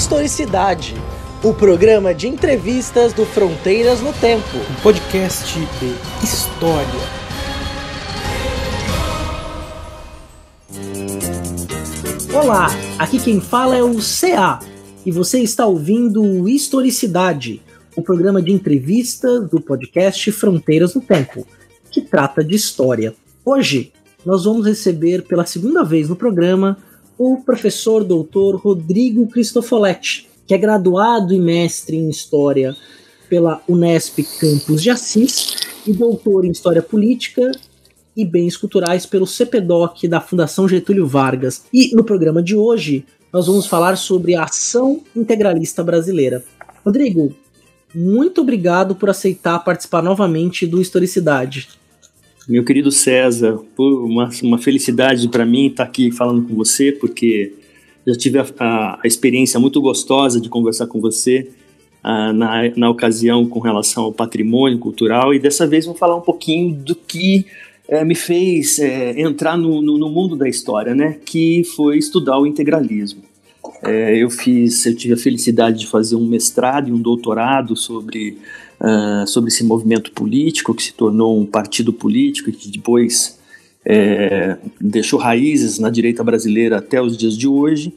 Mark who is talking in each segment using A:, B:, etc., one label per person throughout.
A: Historicidade, o programa de entrevistas do Fronteiras no Tempo.
B: Um podcast de história.
C: Olá, aqui quem fala é o CA e você está ouvindo o Historicidade, o programa de entrevistas do podcast Fronteiras no Tempo, que trata de história. Hoje nós vamos receber pela segunda vez no programa o professor doutor Rodrigo Cristofoletti, que é graduado e mestre em História pela Unesp Campus de Assis e doutor em História Política e Bens Culturais pelo CPDOC da Fundação Getúlio Vargas. E no programa de hoje nós vamos falar sobre a ação integralista brasileira. Rodrigo, muito obrigado por aceitar participar novamente do Historicidade.
D: Meu querido César, uma felicidade para mim estar aqui falando com você, porque já tive a experiência muito gostosa de conversar com você na ocasião com relação ao patrimônio cultural, e dessa vez vamos falar um pouquinho do que me fez entrar no mundo da história, né? Que foi estudar o integralismo. Eu tive a felicidade de fazer um mestrado e um doutorado sobre esse movimento político que se tornou um partido político e que depois deixou raízes na direita brasileira até os dias de hoje.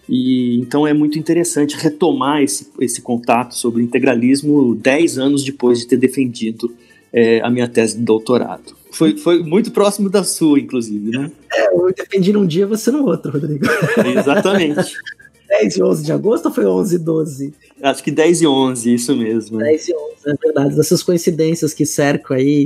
D: E então é muito interessante retomar esse contato sobre integralismo 10 anos depois de ter defendido a minha tese de doutorado. Foi muito próximo da sua, inclusive, né?
C: Eu defendi num dia, você no outro, Rodrigo.
D: Exatamente. 10
C: e 11 de agosto ou foi 11 e 12?
D: Acho que 10 e 11, isso mesmo.
C: 10 e 11, é verdade. Dessas coincidências que cercam aí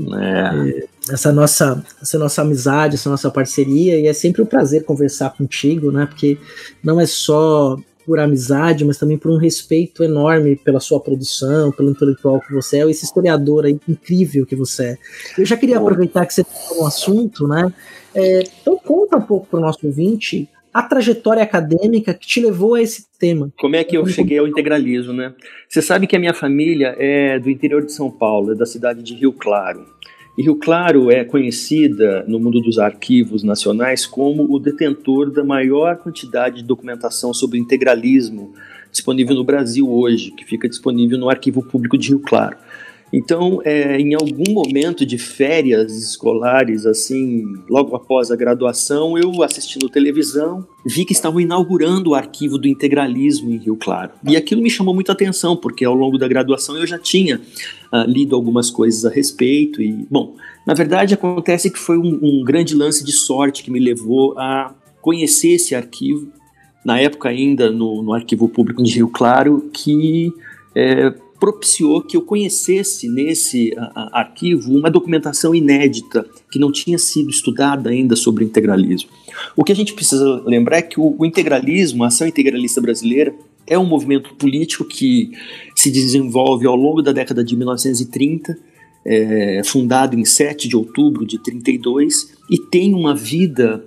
C: essa nossa amizade, essa nossa parceria. E é sempre um prazer conversar contigo, né? Porque não é só por amizade, mas também por um respeito enorme pela sua produção, pelo intelectual que você é, esse historiador aí incrível que você é. Eu já queria aproveitar que você tocou no assunto, né? Então conta um pouco para o nosso ouvinte a trajetória acadêmica que te levou a esse tema.
D: Como é que eu cheguei ao integralismo, né? Você sabe que a minha família é do interior de São Paulo, é da cidade de Rio Claro. E Rio Claro é conhecida no mundo dos arquivos nacionais como o detentor da maior quantidade de documentação sobre integralismo disponível no Brasil hoje, que fica disponível no Arquivo Público de Rio Claro. Então, em algum momento de férias escolares, assim, logo após a graduação, eu assistindo televisão, vi que estavam inaugurando o arquivo do integralismo em Rio Claro. E aquilo me chamou muita atenção, porque ao longo da graduação eu já tinha lido algumas coisas a respeito. E, bom, na verdade acontece que foi um grande lance de sorte que me levou a conhecer esse arquivo, na época ainda no Arquivo Público de Rio Claro, que propiciou que eu conhecesse nesse arquivo uma documentação inédita que não tinha sido estudada ainda sobre o integralismo. O que a gente precisa lembrar é que o integralismo, a ação integralista brasileira, é um movimento político que se desenvolve ao longo da década de 1930, fundado em 7 de outubro de 32, e tem uma vida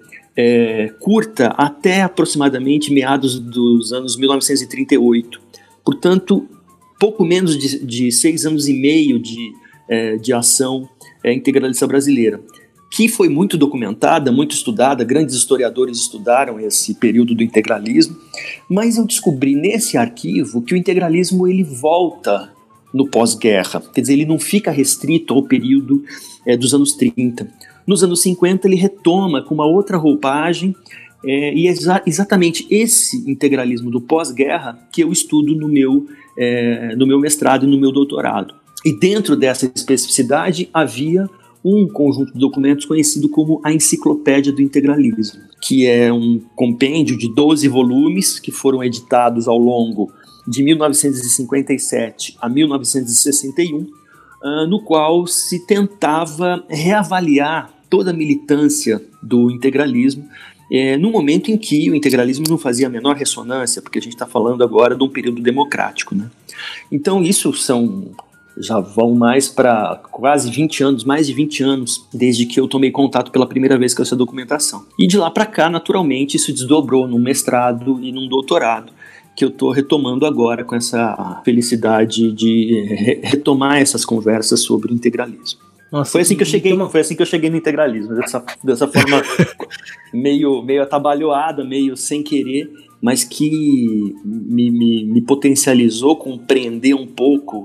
D: curta até aproximadamente meados dos anos 1938. Portanto, pouco menos de 6 anos e meio de ação integralista brasileira, que foi muito documentada, muito estudada, grandes historiadores estudaram esse período do integralismo, mas eu descobri nesse arquivo que o integralismo ele volta no pós-guerra, quer dizer, ele não fica restrito ao período dos anos 30. Nos anos 50 ele retoma com uma outra roupagem, e é exatamente esse integralismo do pós-guerra que eu estudo no meu mestrado e no meu doutorado. E dentro dessa especificidade havia um conjunto de documentos conhecido como a Enciclopédia do Integralismo, que é um compêndio de 12 volumes que foram editados ao longo de 1957 a 1961, no qual se tentava reavaliar toda a militância do integralismo, no momento em que o integralismo não fazia a menor ressonância, porque a gente está falando agora de um período democrático, né? Então isso já vão mais para quase 20 anos, mais de 20 anos, desde que eu tomei contato pela primeira vez com essa documentação. E de lá para cá, naturalmente, isso desdobrou num mestrado e num doutorado, que eu estou retomando agora com essa felicidade de retomar essas conversas sobre o integralismo.
C: Nossa,
D: foi assim que eu cheguei no integralismo, dessa forma meio atabalhoada, meio sem querer, mas que me potencializou compreender um pouco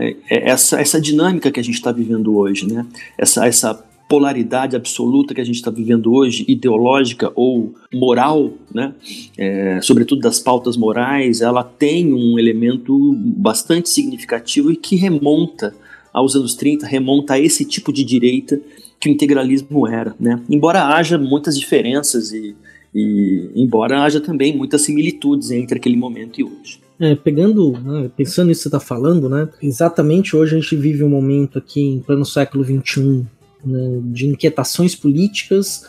D: essa dinâmica que a gente está vivendo hoje, né? Essa polaridade absoluta que a gente está vivendo hoje, ideológica ou moral, né? Sobretudo das pautas morais, ela tem um elemento bastante significativo e que remonta aos anos 30, remonta a esse tipo de direita que o integralismo era, né? Embora haja muitas diferenças e embora haja também muitas similitudes entre aquele momento e hoje.
C: Pensando nisso que você está falando, né? Exatamente hoje a gente vive um momento aqui em pleno século XXI, né, de inquietações políticas,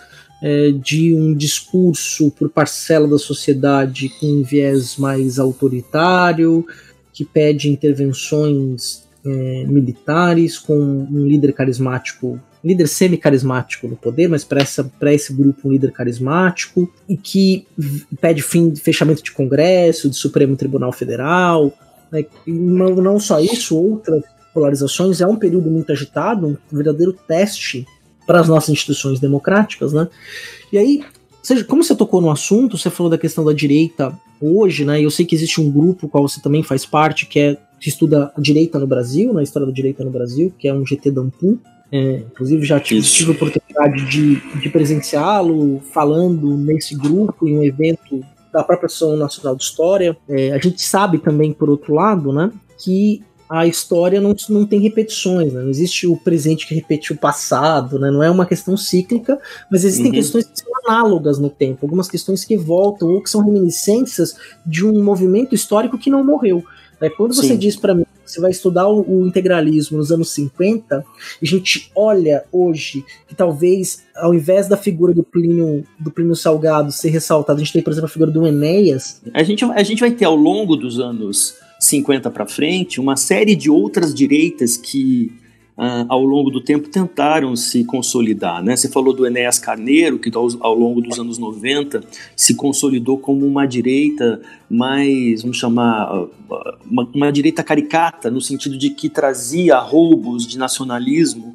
C: de um discurso por parcela da sociedade com um viés mais autoritário, que pede intervenções militares, com um líder carismático, líder semi-carismático no poder, mas para esse grupo um líder carismático, e que pede fechamento de Congresso, de Supremo Tribunal Federal, né, e não só isso, outras polarizações. É um período muito agitado, um verdadeiro teste para as nossas instituições democráticas, né? E aí, como você tocou no assunto, você falou da questão da direita hoje, né? E eu sei que existe um grupo qual você também faz parte, que estuda a direita no Brasil, a história da direita no Brasil, que é um GT da Ampul. Inclusive já tive a oportunidade de presenciá-lo falando nesse grupo em um evento da própria Associação Nacional de História. A gente sabe também, por outro lado, né, que a história não tem repetições, né? Não existe o presente que repete o passado, né? Não é uma questão cíclica, mas existem questões que são análogas no tempo, algumas questões que voltam ou que são reminiscências de um movimento histórico que não morreu. Quando você diz para mim que você vai estudar o integralismo nos anos 50, a gente olha hoje que talvez, ao invés da figura do Plínio Salgado ser ressaltada, a gente tem, por exemplo, a figura do Enéas.
D: A gente vai ter, ao longo dos anos 50 para frente, uma série de outras direitas que ao longo do tempo tentaram se consolidar, né? Você falou do Enéas Carneiro, que ao longo dos anos 90 se consolidou como uma direita mais, vamos chamar, uma direita caricata, no sentido de que trazia roubos de nacionalismo,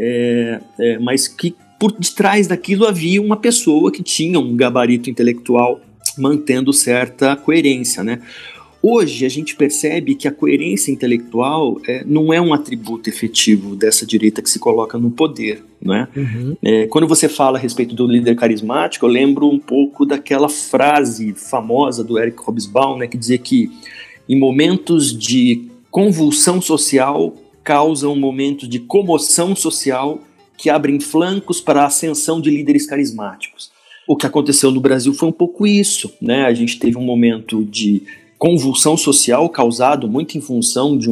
D: mas que por detrás daquilo havia uma pessoa que tinha um gabarito intelectual mantendo certa coerência, né? Hoje a gente percebe que a coerência intelectual não é um atributo efetivo dessa direita que se coloca no poder, não é? Quando você fala a respeito do líder carismático, eu lembro um pouco daquela frase famosa do Eric Hobsbawm, né, que dizia que em momentos de convulsão social causam momentos de comoção social que abrem flancos para a ascensão de líderes carismáticos. O que aconteceu no Brasil foi um pouco isso, né? A gente teve um momento de convulsão social causado muito em função de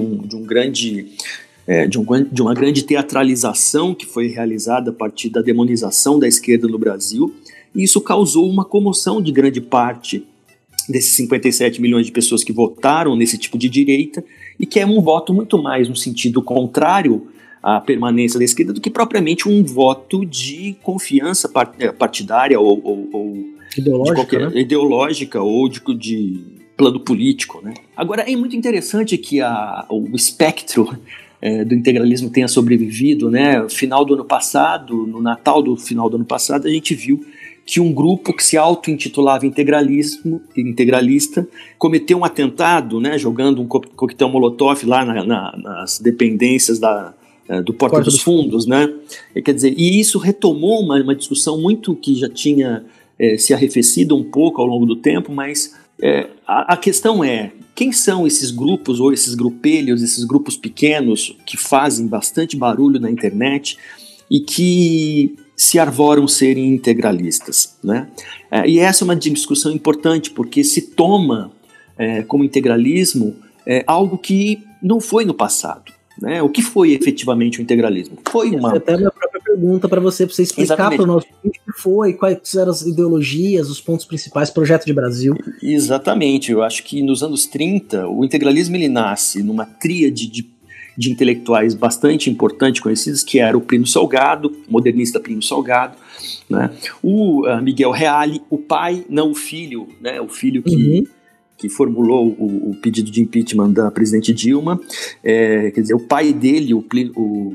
D: uma grande teatralização que foi realizada a partir da demonização da esquerda no Brasil, e isso causou uma comoção de grande parte desses 57 milhões de pessoas que votaram nesse tipo de direita, e que é um voto muito mais no sentido contrário à permanência da esquerda do que propriamente um voto de confiança partidária ou ideológica ou de plano político, né? Agora, é muito interessante que o espectro do integralismo tenha sobrevivido, né? No final do ano passado, no Natal do final do ano passado, a gente viu que um grupo que se auto-intitulava integralista cometeu um atentado, né? Jogando um coquetel molotov lá nas dependências do Porta dos Fundos, né? Quer dizer, e isso retomou uma discussão muito que já tinha se arrefecido um pouco ao longo do tempo, mas a questão é, quem são esses grupos ou esses grupelhos, esses grupos pequenos que fazem bastante barulho na internet e que se arvoram serem integralistas, né? E essa é uma discussão importante, porque se toma como integralismo algo que não foi no passado, né? O que foi efetivamente o integralismo? Foi
C: até a minha própria pergunta para você explicar para o nosso o que foi, quais eram as ideologias, os pontos principais, projeto de Brasil.
D: Exatamente, eu acho que nos anos 30 o integralismo ele nasce numa tríade de intelectuais bastante importantes, conhecidos, que era o Plínio Salgado, o modernista Plínio Salgado, né? O Miguel Reale, o pai, não o filho, né? O filho que formulou o pedido de impeachment da presidente Dilma, quer dizer, o pai dele, o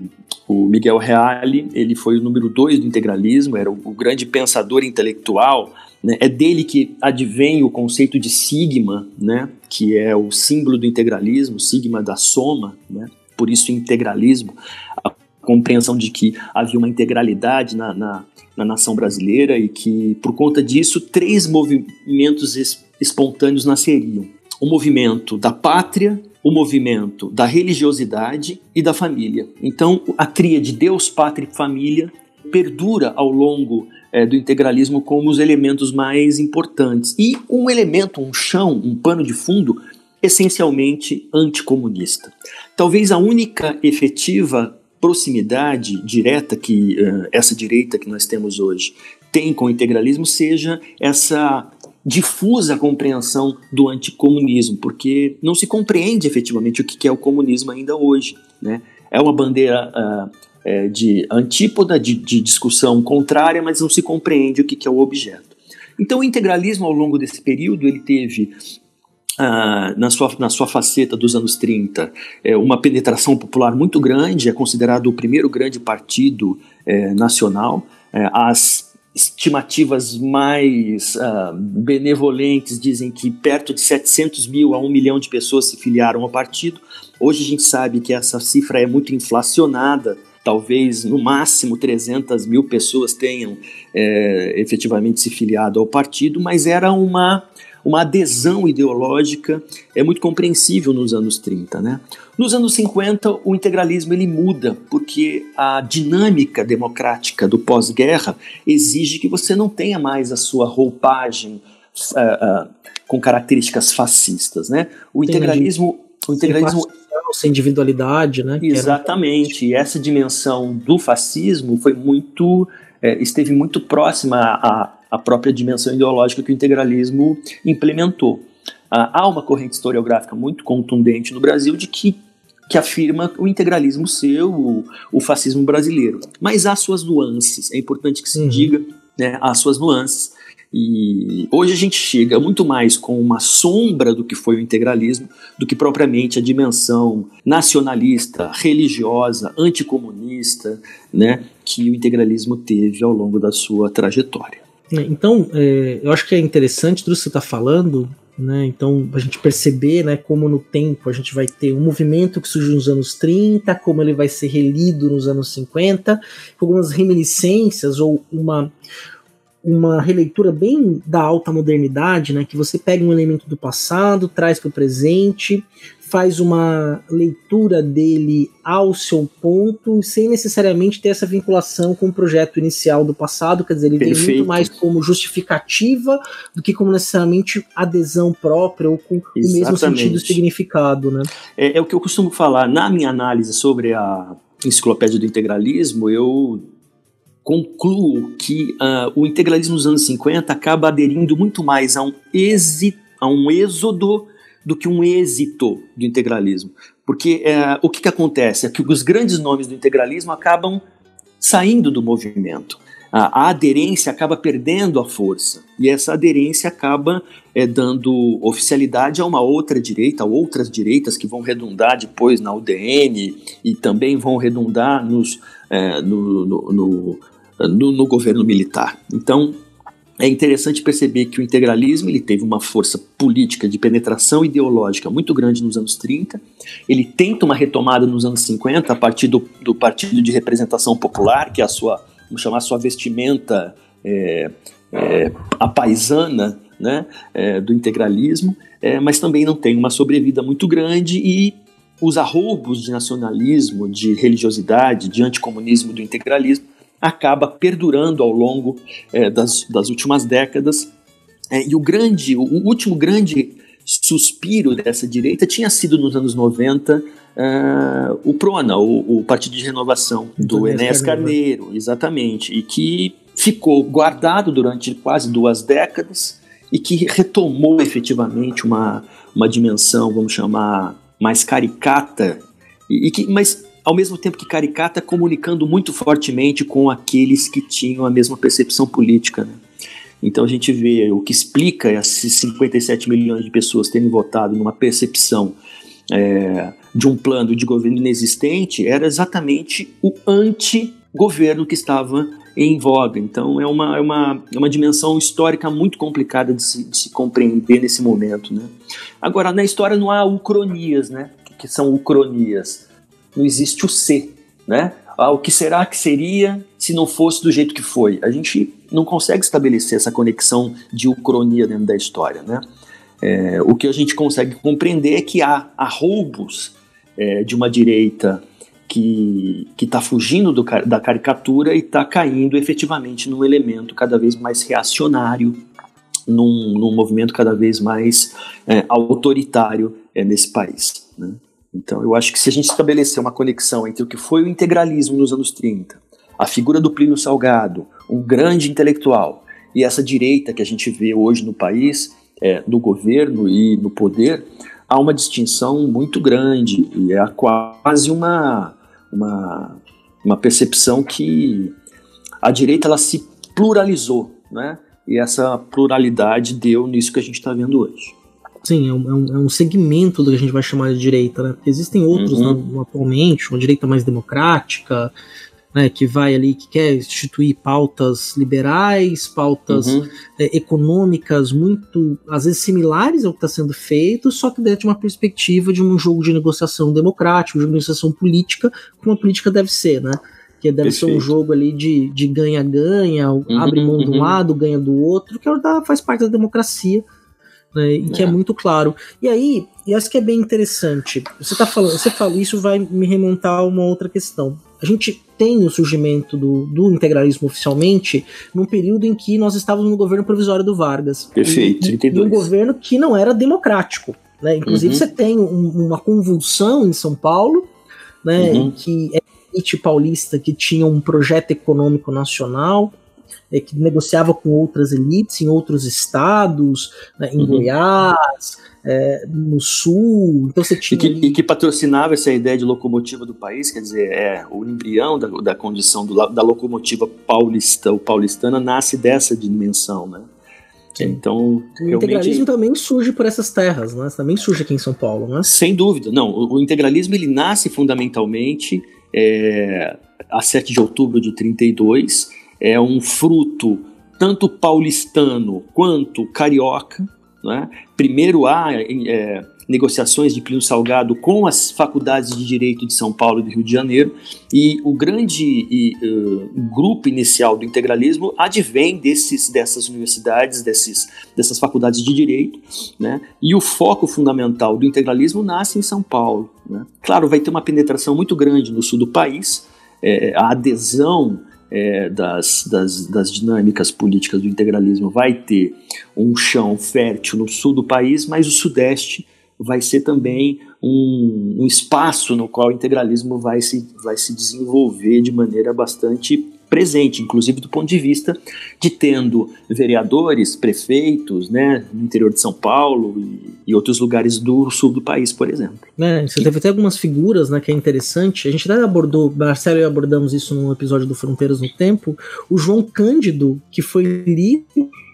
D: O Miguel Reale, ele foi o número 2 do integralismo, era o grande pensador intelectual, né? É dele que advém o conceito de sigma, né? Que é o símbolo do integralismo, sigma da soma, né? Por isso integralismo, a compreensão de que havia uma integralidade na nação brasileira e que, por conta disso, 3 movimentos espontâneos nasceriam. O movimento da pátria, o movimento da religiosidade e da família. Então, a tríade Deus, Pátria e Família perdura ao longo do integralismo como os elementos mais importantes. E um elemento, um chão, um pano de fundo, essencialmente anticomunista. Talvez a única efetiva proximidade direta que essa direita que nós temos hoje tem com o integralismo seja essa difusa compreensão do anticomunismo, porque não se compreende efetivamente o que é o comunismo ainda hoje, né? É uma bandeira de antípoda, de discussão contrária, mas não se compreende o que é o objeto. Então o integralismo ao longo desse período ele teve na sua faceta dos anos 30 uma penetração popular muito grande, é considerado o primeiro grande partido nacional. As estimativas mais benevolentes dizem que perto de 700 mil a 1 milhão de pessoas se filiaram ao partido. Hoje a gente sabe que essa cifra é muito inflacionada, talvez no máximo 300 mil pessoas tenham efetivamente se filiado ao partido, mas era uma adesão ideológica muito compreensível nos anos 30, né? Nos anos 50, o integralismo ele muda, porque a dinâmica democrática do pós-guerra exige que você não tenha mais a sua roupagem com características fascistas, né? O integralismo
C: sem individualidade, né?
D: Exatamente, e essa dimensão do fascismo esteve muito próxima à própria dimensão ideológica que o integralismo implementou. Há uma corrente historiográfica muito contundente no Brasil de que afirma o integralismo ser o fascismo brasileiro. Mas há suas nuances, é importante que se diga, né, há suas nuances. E hoje a gente chega muito mais com uma sombra do que foi o integralismo do que propriamente a dimensão nacionalista, religiosa, anticomunista, né, que o integralismo teve ao longo da sua trajetória.
C: Então, eu acho que é interessante tudo que você está falando, né? Então, a gente perceber, né, como no tempo a gente vai ter um movimento que surge nos anos 30, como ele vai ser relido nos anos 50, com algumas reminiscências ou uma releitura bem da alta modernidade, né, que você pega um elemento do passado, traz para o presente, faz uma leitura dele ao seu ponto, sem necessariamente ter essa vinculação com o projeto inicial do passado, quer dizer, ele vem muito mais como justificativa do que como necessariamente adesão própria ou com o mesmo sentido e significado, né?
D: É o que eu costumo falar, na minha análise sobre a enciclopédia do integralismo, eu concluo que o integralismo dos anos 50 acaba aderindo muito mais a um êxodo do que um êxito do integralismo. Porque o que acontece é que os grandes nomes do integralismo acabam saindo do movimento. A aderência acaba perdendo a força. E essa aderência acaba dando oficialidade a uma outra direita, a outras direitas que vão redundar depois na UDN e também vão redundar no governo militar. Então, é interessante perceber que o integralismo ele teve uma força política de penetração ideológica muito grande nos anos 30, ele tenta uma retomada nos anos 50 a partir do Partido de Representação Popular, que é vamos chamar a sua vestimenta apaisana, né, do integralismo, mas também não tem uma sobrevida muito grande e os arroubos de nacionalismo, de religiosidade, de anticomunismo do integralismo acaba perdurando ao longo das últimas décadas. E o último grande suspiro dessa direita tinha sido nos anos 90 o PRONA, o Partido de Renovação, do Enéas Carneiro, exatamente, e que ficou guardado durante quase 2 décadas e que retomou efetivamente uma dimensão, vamos chamar, mais caricata, mas ao mesmo tempo que caricata, comunicando muito fortemente com aqueles que tinham a mesma percepção política, né? Então a gente vê o que explica esses 57 milhões de pessoas terem votado numa percepção de um plano de governo inexistente era exatamente o anti-governo que estava em voga. Então é uma dimensão histórica muito complicada de se compreender nesse momento, né? Agora, na história não há ucronias, né? O que são ucronias? Não existe o ser, né? O que será que seria se não fosse do jeito que foi? A gente não consegue estabelecer essa conexão de ucronia dentro da história, né? O que a gente consegue compreender é que há roubos de uma direita que está fugindo da caricatura e está caindo efetivamente num elemento cada vez mais reacionário, num movimento cada vez mais autoritário nesse país, né? Então eu acho que se a gente estabelecer uma conexão entre o que foi o integralismo nos anos 30, a figura do Plínio Salgado, um grande intelectual, e essa direita que a gente vê hoje no país, no governo e no poder, há uma distinção muito grande e é quase uma percepção que a direita ela se pluralizou, né? E essa pluralidade deu nisso que a gente está vendo hoje.
C: Sim, é um segmento do que a gente vai chamar de direita, né? Porque existem outros atualmente, uma direita mais democrática, né, que vai ali, que quer instituir pautas liberais, pautas econômicas muito, às vezes, similares ao que está sendo feito, só que dentro de uma perspectiva de um jogo de negociação democrático, um jogo de negociação política, como a política deve ser, né? Que deve ser um jogo ali de ganha-ganha, abre mão de um lado, ganha do outro, que faz parte da democracia, né, e que é muito claro. E aí, eu acho que é bem interessante. Você fala, isso vai me remontar a uma outra questão. A gente tem o surgimento do integralismo oficialmente num período em que nós estávamos no governo provisório do Vargas.
D: Perfeito,
C: e um governo que não era democrático, né? Inclusive você tem uma convulsão em São Paulo, né, em que a elite paulista que tinha um projeto econômico nacional, que negociava com outras elites em outros estados, né, em Goiás, no Sul. Então você tinha
D: e que patrocinava essa ideia de locomotiva do país, quer dizer, o embrião da condição da locomotiva paulista ou paulistana nasce dessa dimensão, né? Então,
C: o integralismo também surge por essas terras, né? Também surge aqui em São Paulo, né?
D: Sem dúvida, não. O integralismo ele nasce fundamentalmente a 7 de outubro de 32, é um fruto tanto paulistano quanto carioca, né? Primeiro há negociações de Plínio Salgado com as faculdades de Direito de São Paulo e do Rio de Janeiro, e o grande grupo inicial do integralismo advém dessas universidades, dessas faculdades de Direito, né? E o foco fundamental do integralismo nasce em São Paulo, né? Claro, vai ter uma penetração muito grande no sul do país, a adesão das dinâmicas políticas do integralismo vai ter um chão fértil no sul do país, mas o sudeste vai ser também um espaço no qual o integralismo vai se desenvolver de maneira bastante presente, inclusive do ponto de vista de tendo vereadores, prefeitos, né, no interior de São Paulo e outros lugares do sul do país, por exemplo.
C: Você teve até algumas figuras, né, que é interessante. A gente até abordou, Marcelo e eu abordamos isso num episódio do Fronteiras no Tempo, o João Cândido, que foi líder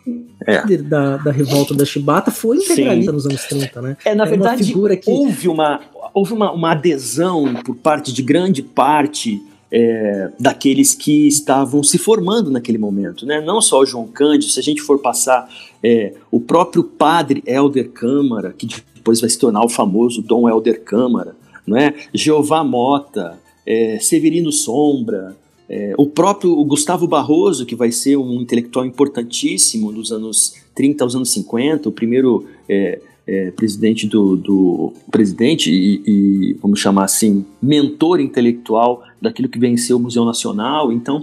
C: da revolta da Chibata, foi integralista nos anos 30, né?
D: Na verdade, houve uma adesão por parte de grande parte daqueles que estavam se formando naquele momento, né? Não só o João Cândido, se a gente for passar o próprio padre Helder Câmara, que depois vai se tornar o famoso Dom Helder Câmara, né? Jeová Mota, Severino Sombra, o próprio Gustavo Barroso, que vai ser um intelectual importantíssimo dos anos 30 aos anos 50, o primeiro presidente presidente e, vamos chamar assim, mentor intelectual daquilo que venceu o Museu Nacional. Então,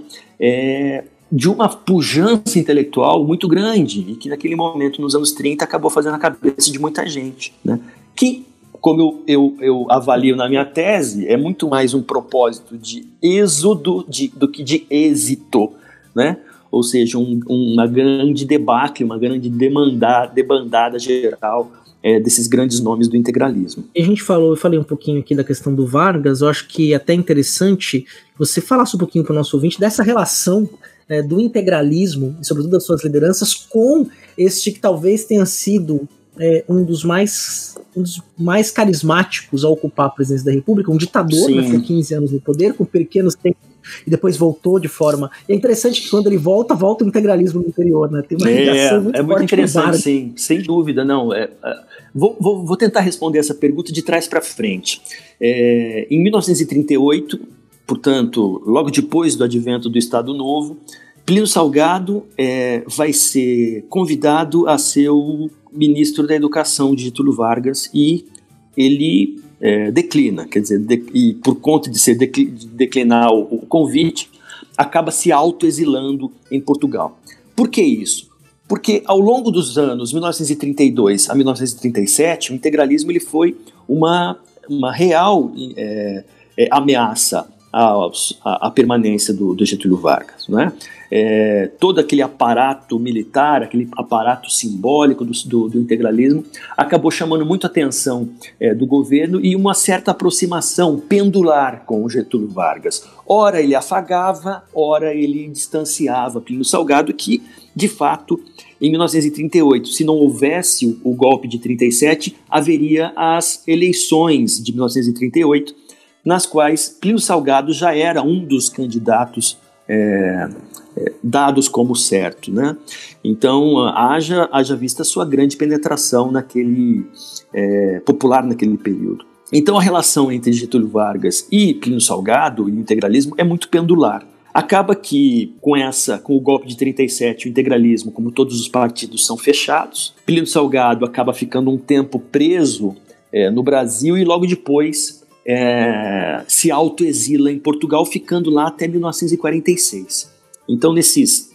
D: de uma pujança intelectual muito grande, e que naquele momento, nos anos 30, acabou fazendo a cabeça de muita gente, né? Que, como eu avalio na minha tese, é muito mais um propósito de êxodo do que de êxito, né? Ou seja, uma grande debacle, uma grande debandada geral desses grandes nomes do integralismo.
C: Eu falei um pouquinho aqui da questão do Vargas. Eu acho que é até interessante você falasse um pouquinho para o nosso ouvinte dessa relação do integralismo, e sobretudo das suas lideranças, com este que talvez tenha sido um dos mais carismáticos a ocupar a presidência da República, um ditador, né, ficou 15 anos no poder, com pequenos tempos, e depois voltou de forma... E é interessante que quando ele volta o integralismo no interior, né? Tem uma ligação muito forte. É muito interessante,
D: sim, sem dúvida, não. Vou tentar responder essa pergunta de trás para frente. Em 1938, portanto, logo depois do advento do Estado Novo, Plínio Salgado vai ser convidado a ser o ministro da Educação de Getúlio Vargas e ele declina, quer dizer, e por conta de declinar o convite, acaba se autoexilando em Portugal. Por que isso? Porque ao longo dos anos 1932 a 1937, o integralismo ele foi uma real ameaça à permanência do Getúlio Vargas, não é? Todo aquele aparato militar, aquele aparato simbólico do integralismo acabou chamando muito a atenção do governo e uma certa aproximação pendular com o Getúlio Vargas. Ora ele afagava, ora ele distanciava Plínio Salgado, que de fato em 1938, se não houvesse o golpe de 37, haveria as eleições de 1938, nas quais Plínio Salgado já era um dos candidatos dados como certo, né? Então, haja vista a sua grande penetração popular naquele período. Então, a relação entre Getúlio Vargas e Plínio Salgado e o integralismo é muito pendular. Acaba que, com o golpe de 37, o integralismo, como todos os partidos, são fechados. Plínio Salgado acaba ficando um tempo preso no Brasil e logo depois se autoexila em Portugal, ficando lá até 1946. Então, nesses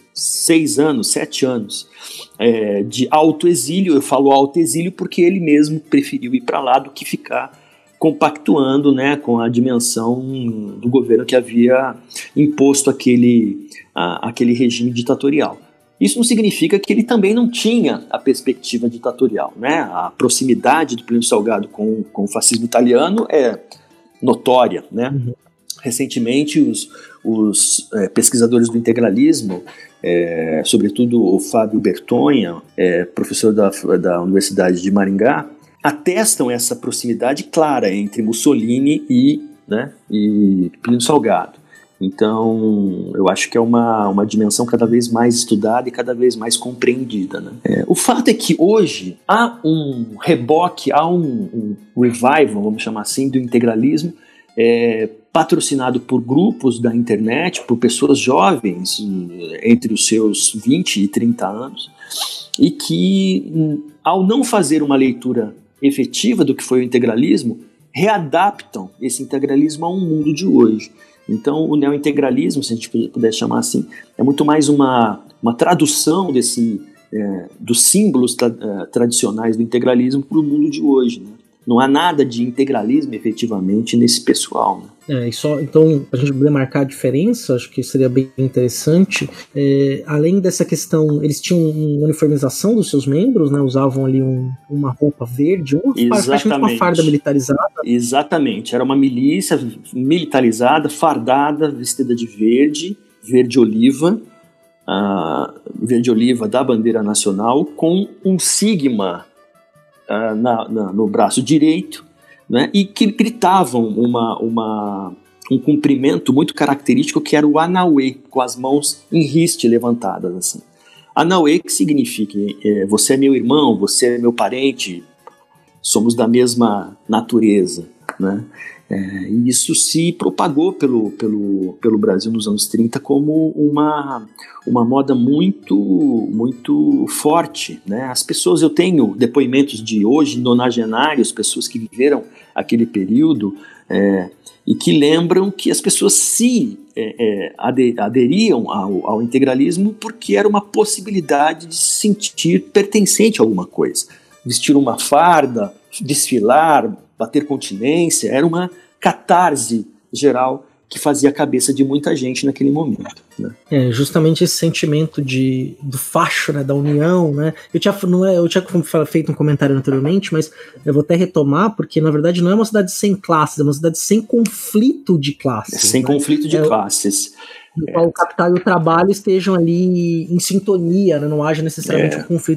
D: 7 anos de autoexílio, eu falo autoexílio porque ele mesmo preferiu ir para lá do que ficar compactuando, né, com a dimensão do governo que havia imposto aquele regime ditatorial. Isso não significa que ele também não tinha a perspectiva ditatorial, né? A proximidade do Plínio Salgado com o fascismo italiano é notória, né? Uhum. Recentemente, os pesquisadores do integralismo, sobretudo o Fábio Bertonha, professor da Universidade de Maringá, atestam essa proximidade clara entre Mussolini e Plínio Salgado. Então, eu acho que é uma dimensão cada vez mais estudada e cada vez mais compreendida, né? O fato é que hoje há um reboque, há um revival, vamos chamar assim, do integralismo, patrocinado por grupos da internet, por pessoas jovens, entre os seus 20 e 30 anos, e que, ao não fazer uma leitura efetiva do que foi o integralismo, readaptam esse integralismo a um mundo de hoje. Então, o neointegralismo, se a gente puder chamar assim, é muito mais uma tradução dos símbolos tradicionais do integralismo para o mundo de hoje, né? Não há nada de integralismo, efetivamente, nesse pessoal, né?
C: Então, a gente poder marcar a diferença, acho que seria bem interessante. Além dessa questão, eles tinham uma uniformização dos seus membros, né? Usavam ali uma roupa verde, praticamente uma farda militarizada.
D: Exatamente, era uma milícia militarizada, fardada, vestida de verde oliva da bandeira nacional, com um sigma no braço direito, né, e que gritavam um cumprimento muito característico, que era o Anauê, com as mãos em riste levantadas, assim. Anauê, que significa você é meu irmão, você é meu parente, somos da mesma natureza, né? E isso se propagou pelo Brasil nos anos 30 como uma moda muito, muito forte, né? As pessoas, eu tenho depoimentos de hoje, nonagenários, pessoas que viveram aquele período e que lembram que as pessoas se aderiam ao integralismo porque era uma possibilidade de se sentir pertencente a alguma coisa. Vestir uma farda, desfilar, bater continência, era uma catarse geral que fazia a cabeça de muita gente naquele momento, né?
C: Justamente esse sentimento do facho, né, da união, né? Eu tinha feito um comentário anteriormente, mas eu vou até retomar, porque na verdade não é uma cidade sem classes, é uma cidade sem conflito de classes.
D: Sem conflito de classes.
C: No qual o capital e o trabalho estejam ali em sintonia, né? Não haja necessariamente um conflito entre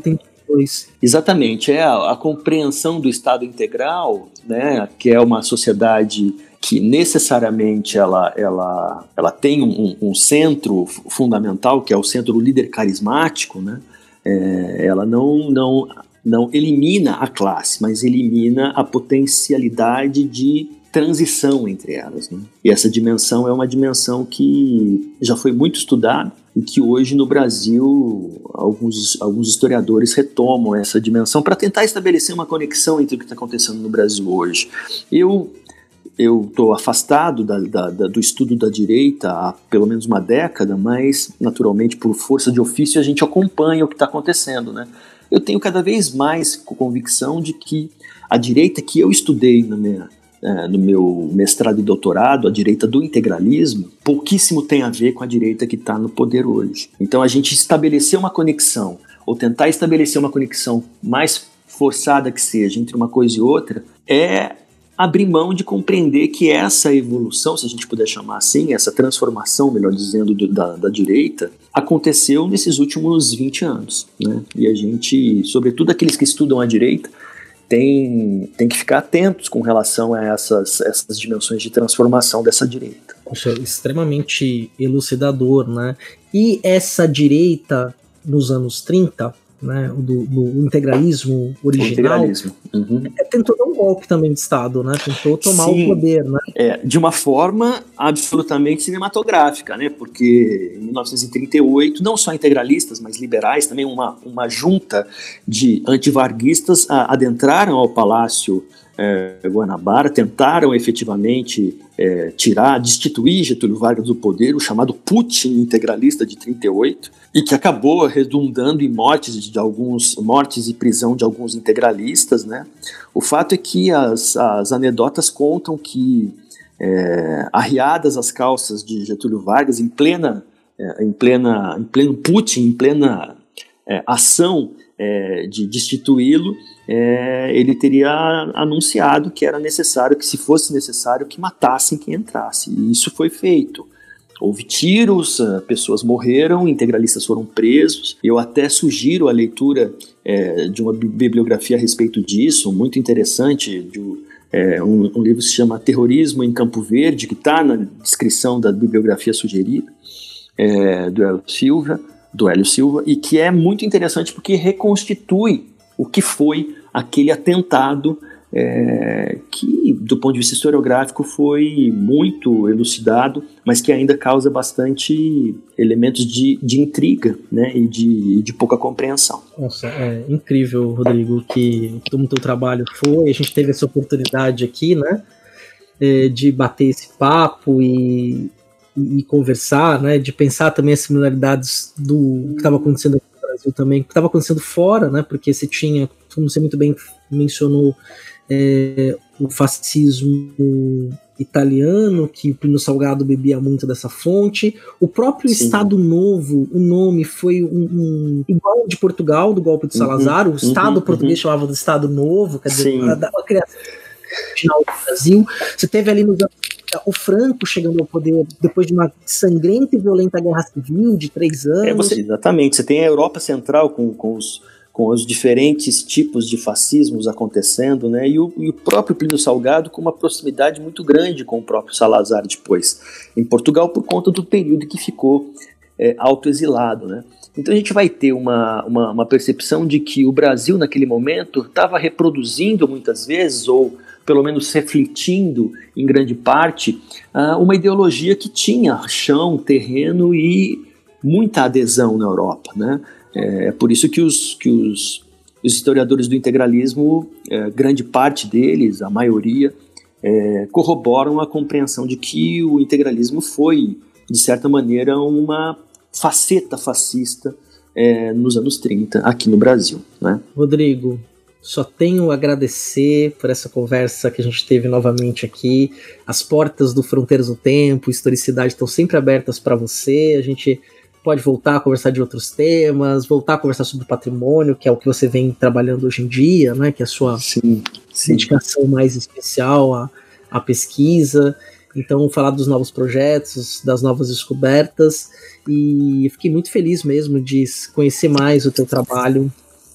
C: depois.
D: Exatamente, a compreensão do Estado integral, né, que é uma sociedade que necessariamente ela tem um centro fundamental, que é o centro líder carismático, né, ela não elimina a classe, mas elimina a potencialidade de transição entre elas, né? E essa dimensão é uma dimensão que já foi muito estudada e que hoje no Brasil alguns historiadores retomam essa dimensão para tentar estabelecer uma conexão entre o que está acontecendo no Brasil hoje. Eu estou afastado do estudo da direita há pelo menos uma década, mas naturalmente por força de ofício a gente acompanha o que está acontecendo, né? Eu tenho cada vez mais convicção de que a direita que eu estudei no meu mestrado e doutorado, a direita do integralismo, pouquíssimo tem a ver com a direita que está no poder hoje. Então a gente estabelecer uma conexão, ou tentar estabelecer uma conexão mais forçada que seja entre uma coisa e outra, é abrir mão de compreender que essa evolução, se a gente puder chamar assim, essa transformação, melhor dizendo, da direita, aconteceu nesses últimos 20 anos, né? E a gente, sobretudo aqueles que estudam a direita, tem que ficar atentos com relação a essas dimensões de transformação dessa direita.
C: Poxa, extremamente elucidador, né? E essa direita nos anos 30, né, do integralismo original, tentou dar um golpe também de Estado, né? Tentou tomar o poder, né?
D: De uma forma absolutamente cinematográfica, né? Porque em 1938, não só integralistas, mas liberais, também uma junta de antivarguistas adentraram ao Palácio Guanabara, tentaram efetivamente destituir Getúlio Vargas do poder, o chamado Putin integralista de 38, e que acabou redundando em mortes e prisão de alguns integralistas, né? O fato é que as anedotas contam que arriadas as calças de Getúlio Vargas em pleno Putin, em plena ação de destituí-lo, ele teria anunciado que era necessário, que se fosse necessário, que matassem quem entrasse. E isso foi feito. Houve tiros, pessoas morreram, integralistas foram presos. Eu até sugiro a leitura de uma bibliografia a respeito disso, muito interessante, um livro que se chama Terrorismo em Campo Verde, que está na descrição da bibliografia sugerida, do Hélio Silva, e que é muito interessante porque reconstitui o que foi aquele atentado que, do ponto de vista historiográfico, foi muito elucidado, mas que ainda causa bastante elementos de intriga, né, e de pouca compreensão.
C: Nossa, é incrível, Rodrigo, que como o teu trabalho foi. A gente teve essa oportunidade aqui, né, de bater esse papo e conversar, né, de pensar também as similaridades do que estava acontecendo aqui no Brasil também, o que estava acontecendo fora, né, porque você tinha, como você muito bem mencionou, o fascismo italiano, que o Plínio Salgado bebia muito dessa fonte, o próprio Sim. Estado Novo, o nome foi igual de Portugal, do golpe de Salazar, o Estado português chamava do Estado Novo, quer dizer, a criação original do Brasil. Você teve ali nos anos o Franco chegando ao poder depois de uma sangrenta e violenta guerra civil de 3 anos.
D: Exatamente, você tem a Europa Central com os diferentes tipos de fascismos acontecendo, né? E o próprio Plínio Salgado com uma proximidade muito grande com o próprio Salazar depois, em Portugal, por conta do período que ficou autoexilado, né? Então a gente vai ter uma percepção de que o Brasil naquele momento estava reproduzindo muitas vezes, ou pelo menos refletindo em grande parte, uma ideologia que tinha chão, terreno e muita adesão na Europa, né? É por isso que os historiadores do integralismo, grande parte deles, a maioria, corroboram a compreensão de que o integralismo foi, de certa maneira, uma faceta fascista nos anos 30 aqui no Brasil, né?
C: Rodrigo, só tenho a agradecer por essa conversa que a gente teve novamente aqui. As portas do Fronteiras do Tempo, Historicidade, estão sempre abertas para você. A gente pode voltar a conversar de outros temas, voltar a conversar sobre o patrimônio, que é o que você vem trabalhando hoje em dia, né? Que é a sua dedicação mais especial à pesquisa. Então, falar dos novos projetos, das novas descobertas. E eu fiquei muito feliz mesmo de conhecer mais o teu trabalho.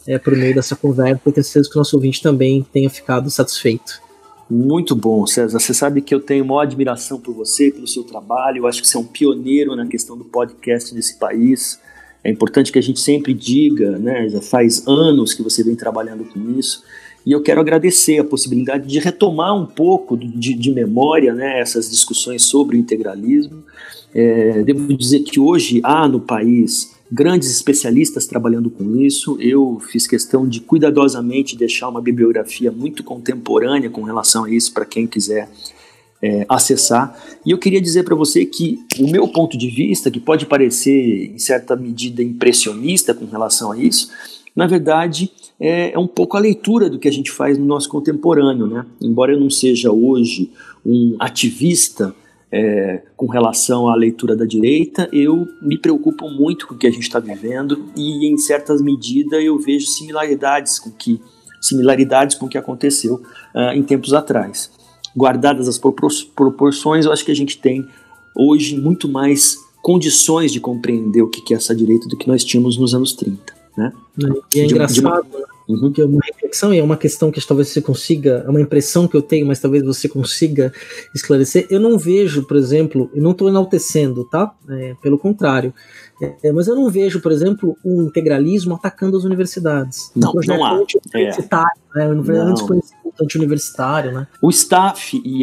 C: por meio dessa conversa, e tenho certeza que o nosso ouvinte também tenha ficado satisfeito.
D: Muito bom, César. Você sabe que eu tenho maior admiração por você, pelo seu trabalho. Eu acho que você é um pioneiro na questão do podcast nesse país. É importante que a gente sempre diga, né? Já faz anos que você vem trabalhando com isso. E eu quero agradecer a possibilidade de retomar um pouco de memória, né, essas discussões sobre o integralismo. Devo dizer que hoje há no país grandes especialistas trabalhando com isso. Eu fiz questão de cuidadosamente deixar uma bibliografia muito contemporânea com relação a isso para quem quiser acessar. E eu queria dizer para você que o meu ponto de vista, que pode parecer em certa medida impressionista com relação a isso, na verdade é um pouco a leitura do que a gente faz no nosso contemporâneo, né? Embora eu não seja hoje um ativista com relação à leitura da direita, eu me preocupo muito com o que a gente está vivendo e, em certas medidas, eu vejo similaridades com o que aconteceu em tempos atrás. Guardadas as proporções, eu acho que a gente tem hoje muito mais condições de compreender o que é essa direita do que nós tínhamos nos anos 30. Né?
C: E é engraçado, que é uma reflexão e é uma questão que talvez você consiga, é uma impressão que eu tenho, mas talvez você consiga esclarecer. Eu não vejo, por exemplo, eu não estou enaltecendo, tá? Pelo contrário, mas eu não vejo, por exemplo, o integralismo atacando as universidades.
D: Não há.
C: Anti-universitário, anti-universitário, né?
D: O staff e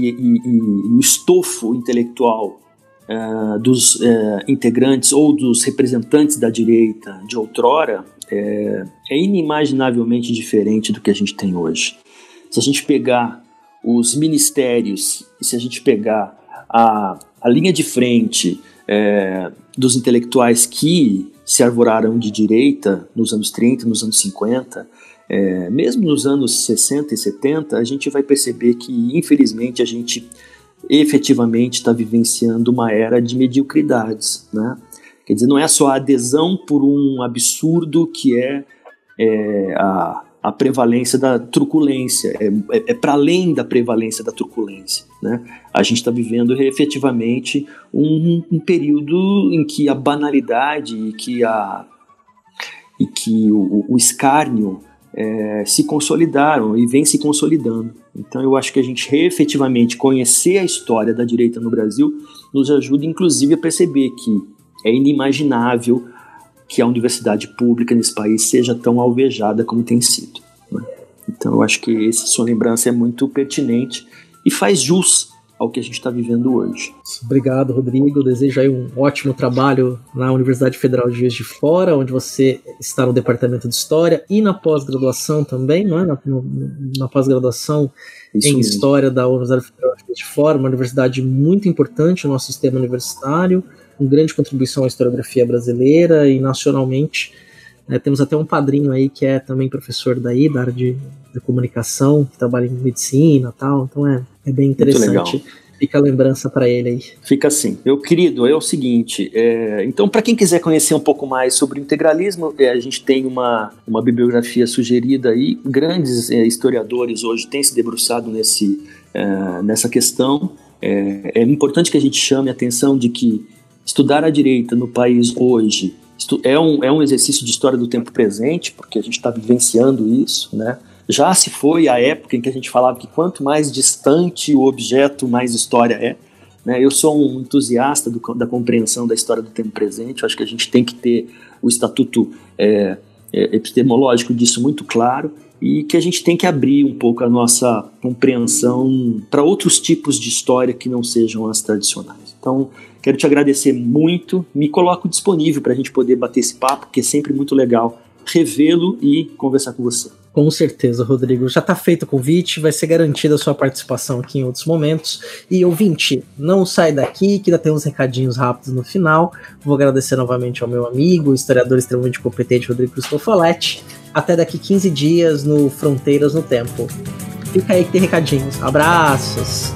D: o estofo intelectual dos integrantes ou dos representantes da direita de outrora é inimaginavelmente diferente do que a gente tem hoje. Se a gente pegar os ministérios e se a gente pegar a linha de frente dos intelectuais que se arvoraram de direita nos anos 30, nos anos 50, mesmo nos anos 60 e 70, a gente vai perceber que, infelizmente, a gente efetivamente está vivenciando uma era de mediocridades, né? Quer dizer, não é só a adesão por um absurdo que a prevalência da truculência, é para além da prevalência da truculência, né? A gente está vivendo efetivamente um período em que a banalidade e que o escárnio se consolidaram e vem se consolidando. Então eu acho que a gente efetivamente conhecer a história da direita no Brasil nos ajuda inclusive a perceber que é inimaginável que a universidade pública nesse país seja tão alvejada como tem sido, né? Então eu acho que essa sua lembrança é muito pertinente e faz jus ao que a gente está vivendo hoje.
C: Obrigado, Rodrigo. Eu desejo aí um ótimo trabalho na Universidade Federal de Juiz de Fora, onde você está no Departamento de História e na pós-graduação também, não é? Na pós-graduação em História da Universidade Federal de Juiz de Fora, uma universidade muito importante no nosso sistema universitário, com grande contribuição à historiografia brasileira e nacionalmente. Temos até um padrinho aí que é também professor da área de comunicação, que trabalha em medicina e tal, então é bem interessante. Fica a lembrança para ele aí.
D: Fica assim. Meu querido, é o seguinte, então para quem quiser conhecer um pouco mais sobre o integralismo, a gente tem uma bibliografia sugerida aí, grandes historiadores hoje têm se debruçado nessa questão. É importante que a gente chame a atenção de que estudar a direita no país hoje é um exercício de história do tempo presente, porque a gente está vivenciando isso, né? Já se foi a época em que a gente falava que quanto mais distante o objeto, mais história é, né? Eu sou um entusiasta da compreensão da história do tempo presente. Eu acho que a gente tem que ter o estatuto epistemológico disso muito claro e que a gente tem que abrir um pouco a nossa compreensão para outros tipos de história que não sejam as tradicionais. Então, quero te agradecer muito, me coloco disponível para a gente poder bater esse papo, porque é sempre muito legal revê-lo e conversar com você.
C: Com certeza, Rodrigo. Já está feito o convite, vai ser garantida a sua participação aqui em outros momentos. E ouvinte, não sai daqui, que ainda tem uns recadinhos rápidos no final. Vou agradecer novamente ao meu amigo, o historiador extremamente competente, Rodrigo Cristofoletti. Até daqui 15 dias no Fronteiras no Tempo. Fica aí que tem recadinhos. Abraços!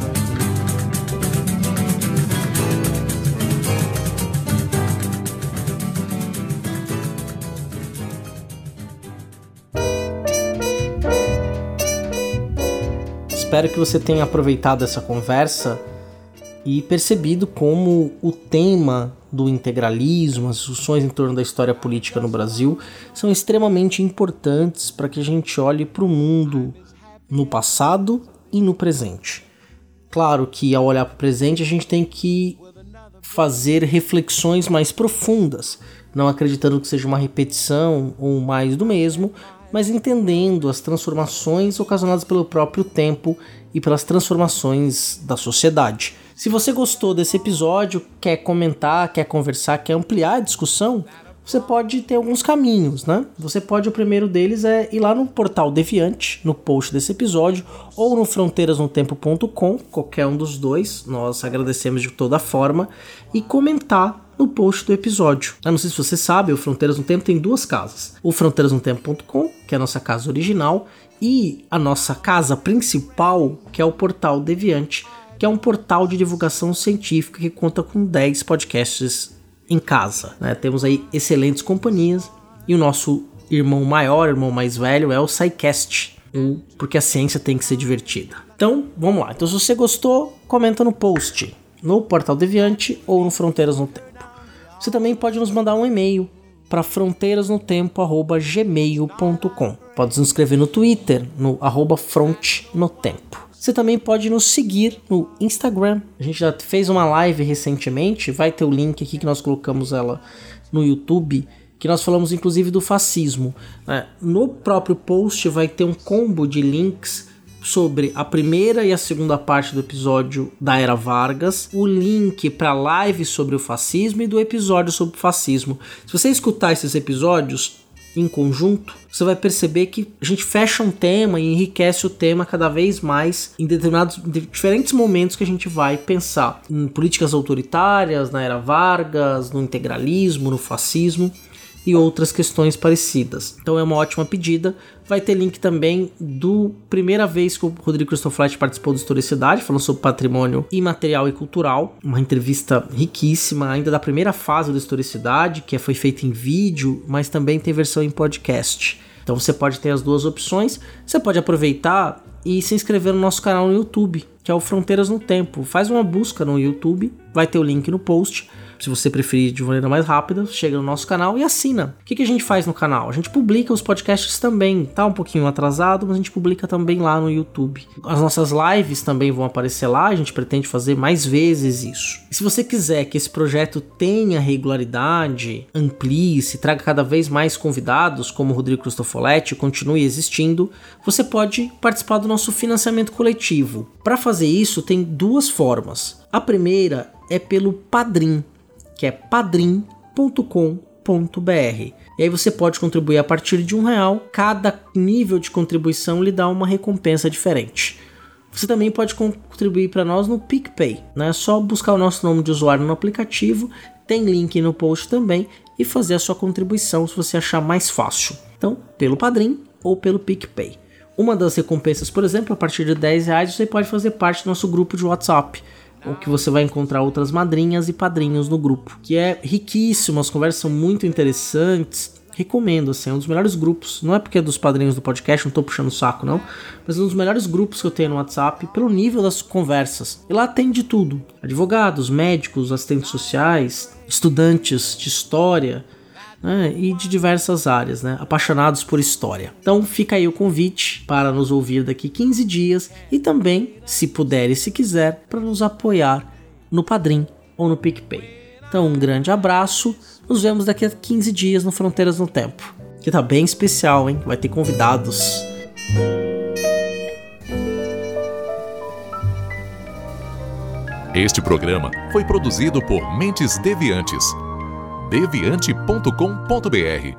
C: Espero que você tenha aproveitado essa conversa e percebido como o tema do integralismo, as discussões em torno da história política no Brasil, são extremamente importantes para que a gente olhe para o mundo no passado e no presente. Claro que ao olhar para o presente a gente tem que fazer reflexões mais profundas, não acreditando que seja uma repetição ou mais do mesmo, mas entendendo as transformações ocasionadas pelo próprio tempo e pelas transformações da sociedade. Se você gostou desse episódio, quer comentar, quer conversar, quer ampliar a discussão, você pode ter alguns caminhos, né? O primeiro deles é ir lá no portal Deviante, no post desse episódio, ou no fronteirasnotempo.com, qualquer um dos dois, nós agradecemos de toda forma, e comentar no post do episódio. Eu não sei se você sabe, o Fronteiras no Tempo tem duas casas. O fronteirasnotempo.com, que é a nossa casa original, e a nossa casa principal, que é o portal Deviante, que é um portal de divulgação científica que conta com 10 podcasts em casa, né? Temos aí excelentes companhias, e o nosso irmão maior, irmão mais velho, é o SciCast, porque a ciência tem que ser divertida. Então, vamos lá. Então, se você gostou, comenta no post, no portal Deviante ou no Fronteiras no Tempo. Você também pode nos mandar um e-mail para fronteirasnotempo@gmail.com. Pode nos escrever no Twitter, no @frontnotempo. Você também pode nos seguir no Instagram. A gente já fez uma live recentemente, vai ter o link aqui que nós colocamos ela no YouTube, que nós falamos inclusive do fascismo. No próprio post vai ter um combo de links sobre a primeira e a segunda parte do episódio da Era Vargas, o link para a live sobre o fascismo e do episódio sobre o fascismo. Se você escutar esses episódios em conjunto, você vai perceber que a gente fecha um tema e enriquece o tema cada vez mais em diferentes momentos que a gente vai pensar em políticas autoritárias, na Era Vargas, no integralismo, no fascismo e outras questões parecidas. Então é uma ótima pedida. Vai ter link também do primeira vez que o Rodrigo Cristofoletti participou do Historicidade, falando sobre patrimônio imaterial e cultural, uma entrevista riquíssima, ainda da primeira fase do Historicidade, que foi feita em vídeo, mas também tem versão em podcast. Então você pode ter as duas opções. Você pode aproveitar e se inscrever no nosso canal no YouTube, que é o Fronteiras no Tempo. Faz uma busca no YouTube, vai ter o link no post. Se você preferir de maneira mais rápida, chega no nosso canal e assina. O que a gente faz no canal? A gente publica os podcasts também. Tá um pouquinho atrasado, mas a gente publica também lá no YouTube. As nossas lives também vão aparecer lá. A gente pretende fazer mais vezes isso. E se você quiser que esse projeto tenha regularidade, amplie-se, traga cada vez mais convidados, como o Rodrigo Cristofoletti, continue existindo, você pode participar do nosso financiamento coletivo. Para fazer isso, tem duas formas. A primeira é pelo Padrim, que é padrim.com.br. E aí você pode contribuir a partir de R$1. Cada nível de contribuição lhe dá uma recompensa diferente. Você também pode contribuir para nós no PicPay, né? É só buscar o nosso nome de usuário no aplicativo, tem link no post também, e fazer a sua contribuição se você achar mais fácil. Então, pelo Padrim ou pelo PicPay. Uma das recompensas, por exemplo, a partir de R$10 você pode fazer parte do nosso grupo de WhatsApp, o que você vai encontrar outras madrinhas e padrinhos no grupo, que é riquíssimo, as conversas são muito interessantes, recomendo, assim, é um dos melhores grupos, não é porque é dos padrinhos do podcast, não tô puxando o saco não, mas é um dos melhores grupos que eu tenho no WhatsApp, pelo nível das conversas, e lá tem de tudo, advogados, médicos, assistentes sociais, estudantes de história, né, e de diversas áreas, né, apaixonados por história. Então fica aí o convite para nos ouvir daqui 15 dias e também, se puder e se quiser, para nos apoiar no Padrim ou no PicPay. Então um grande abraço, nos vemos daqui a 15 dias no Fronteiras no Tempo, que tá bem especial, hein? Vai ter convidados.
E: Este programa foi produzido por Mentes Deviantes. deviante.com.br.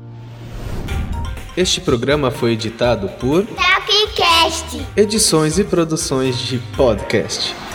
B: Este programa foi editado por
F: Talkcast.
B: Edições e Produções de Podcast.